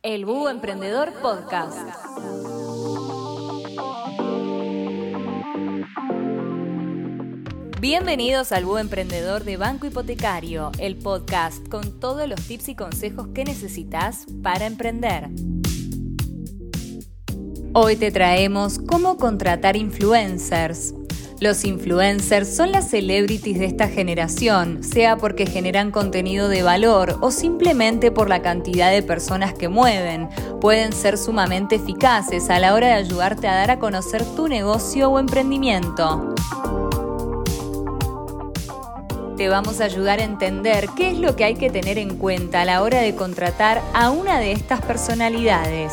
El Búho Emprendedor Podcast. Bienvenidos al Búho Emprendedor de Banco Hipotecario, el podcast con todos los tips y consejos que necesitas para emprender. Hoy te traemos cómo contratar influencers. Los influencers son las celebrities de esta generación, sea porque generan contenido de valor o simplemente por la cantidad de personas que mueven. Pueden ser sumamente eficaces a la hora de ayudarte a dar a conocer tu negocio o emprendimiento. Te vamos a ayudar a entender qué es lo que hay que tener en cuenta a la hora de contratar a una de estas personalidades.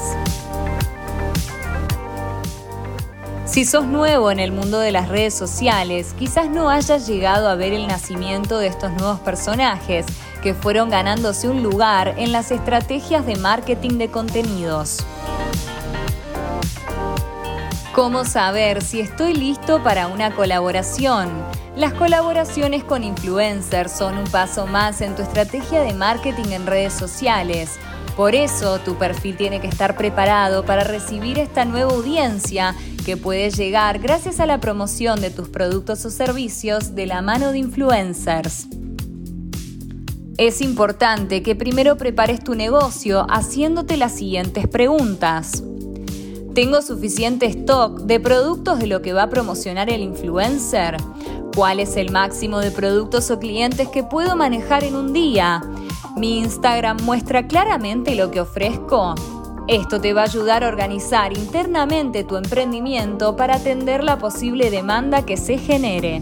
Si sos nuevo en el mundo de las redes sociales, quizás no hayas llegado a ver el nacimiento de estos nuevos personajes que fueron ganándose un lugar en las estrategias de marketing de contenidos. ¿Cómo saber si estoy listo para una colaboración? Las colaboraciones con influencers son un paso más en tu estrategia de marketing en redes sociales. Por eso, tu perfil tiene que estar preparado para recibir esta nueva audiencia que puede llegar gracias a la promoción de tus productos o servicios de la mano de influencers. Es importante que primero prepares tu negocio haciéndote las siguientes preguntas. ¿Tengo suficiente stock de productos de lo que va a promocionar el influencer? ¿Cuál es el máximo de productos o clientes que puedo manejar en un día? ¿Mi Instagram muestra claramente lo que ofrezco? Esto te va a ayudar a organizar internamente tu emprendimiento para atender la posible demanda que se genere.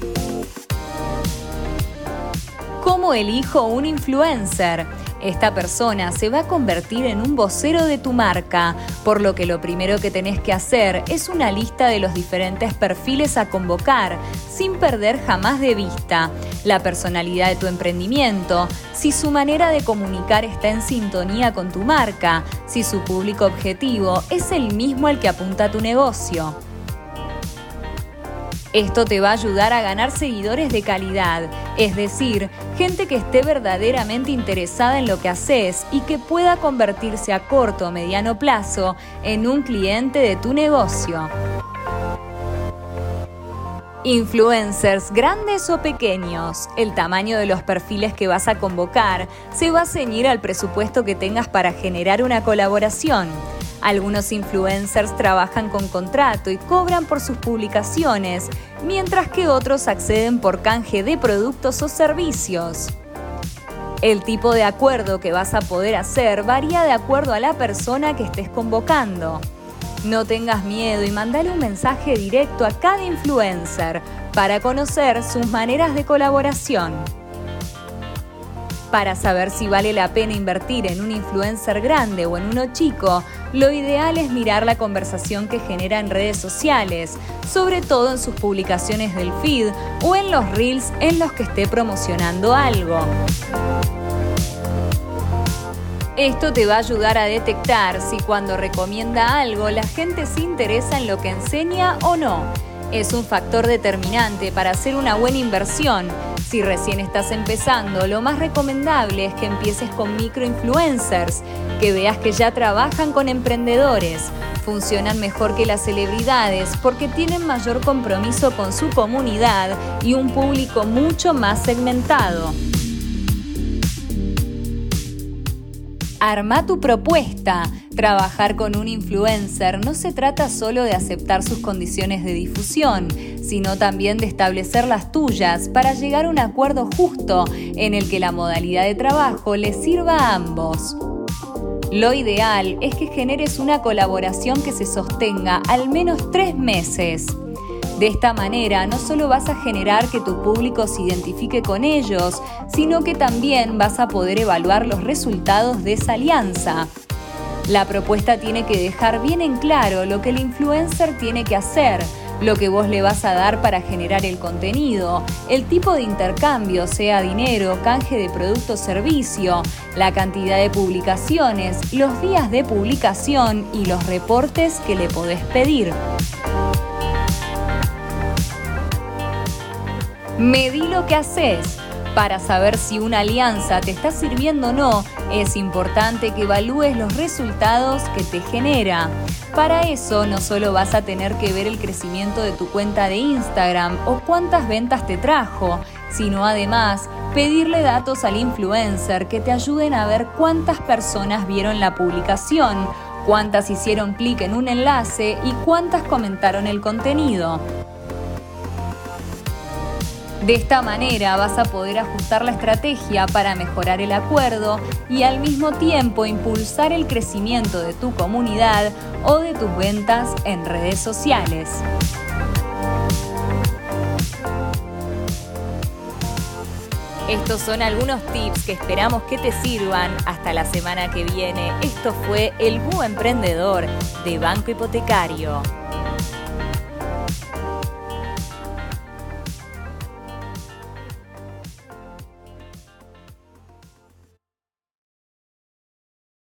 ¿Cómo elijo un influencer? Esta persona se va a convertir en un vocero de tu marca, por lo que lo primero que tenés que hacer es una lista de los diferentes perfiles a convocar, sin perder jamás de vista la personalidad de tu emprendimiento, si su manera de comunicar está en sintonía con tu marca, si su público objetivo es el mismo al que apunta tu negocio. Esto te va a ayudar a ganar seguidores de calidad, es decir, gente que esté verdaderamente interesada en lo que haces y que pueda convertirse a corto o mediano plazo en un cliente de tu negocio. Influencers grandes o pequeños. El tamaño de los perfiles que vas a convocar se va a ceñir al presupuesto que tengas para generar una colaboración. Algunos influencers trabajan con contrato y cobran por sus publicaciones, mientras que otros acceden por canje de productos o servicios. El tipo de acuerdo que vas a poder hacer varía de acuerdo a la persona que estés convocando. No tengas miedo y mandale un mensaje directo a cada influencer para conocer sus maneras de colaboración. Para saber si vale la pena invertir en un influencer grande o en uno chico, lo ideal es mirar la conversación que genera en redes sociales, sobre todo en sus publicaciones del feed o en los reels en los que esté promocionando algo. Esto te va a ayudar a detectar si cuando recomienda algo la gente se interesa en lo que enseña o no. Es un factor determinante para hacer una buena inversión. Si recién estás empezando, lo más recomendable es que empieces con microinfluencers, que veas que ya trabajan con emprendedores. Funcionan mejor que las celebridades porque tienen mayor compromiso con su comunidad y un público mucho más segmentado. Arma tu propuesta. Trabajar con un influencer no se trata solo de aceptar sus condiciones de difusión, sino también de establecer las tuyas para llegar a un acuerdo justo en el que la modalidad de trabajo les sirva a ambos. Lo ideal es que generes una colaboración que se sostenga al menos 3 meses. De esta manera, no solo vas a generar que tu público se identifique con ellos, sino que también vas a poder evaluar los resultados de esa alianza. La propuesta tiene que dejar bien en claro lo que el influencer tiene que hacer, lo que vos le vas a dar para generar el contenido, el tipo de intercambio, sea dinero, canje de producto o servicio, la cantidad de publicaciones, los días de publicación y los reportes que le podés pedir. Medí lo que haces. Para saber si una alianza te está sirviendo o no, es importante que evalúes los resultados que te genera. Para eso, no solo vas a tener que ver el crecimiento de tu cuenta de Instagram o cuántas ventas te trajo, sino además pedirle datos al influencer que te ayuden a ver cuántas personas vieron la publicación, cuántas hicieron clic en un enlace y cuántas comentaron el contenido. De esta manera vas a poder ajustar la estrategia para mejorar el acuerdo y al mismo tiempo impulsar el crecimiento de tu comunidad o de tus ventas en redes sociales. Estos son algunos tips que esperamos que te sirvan. Hasta la semana que viene. Esto fue El Búho Emprendedor de Banco Hipotecario.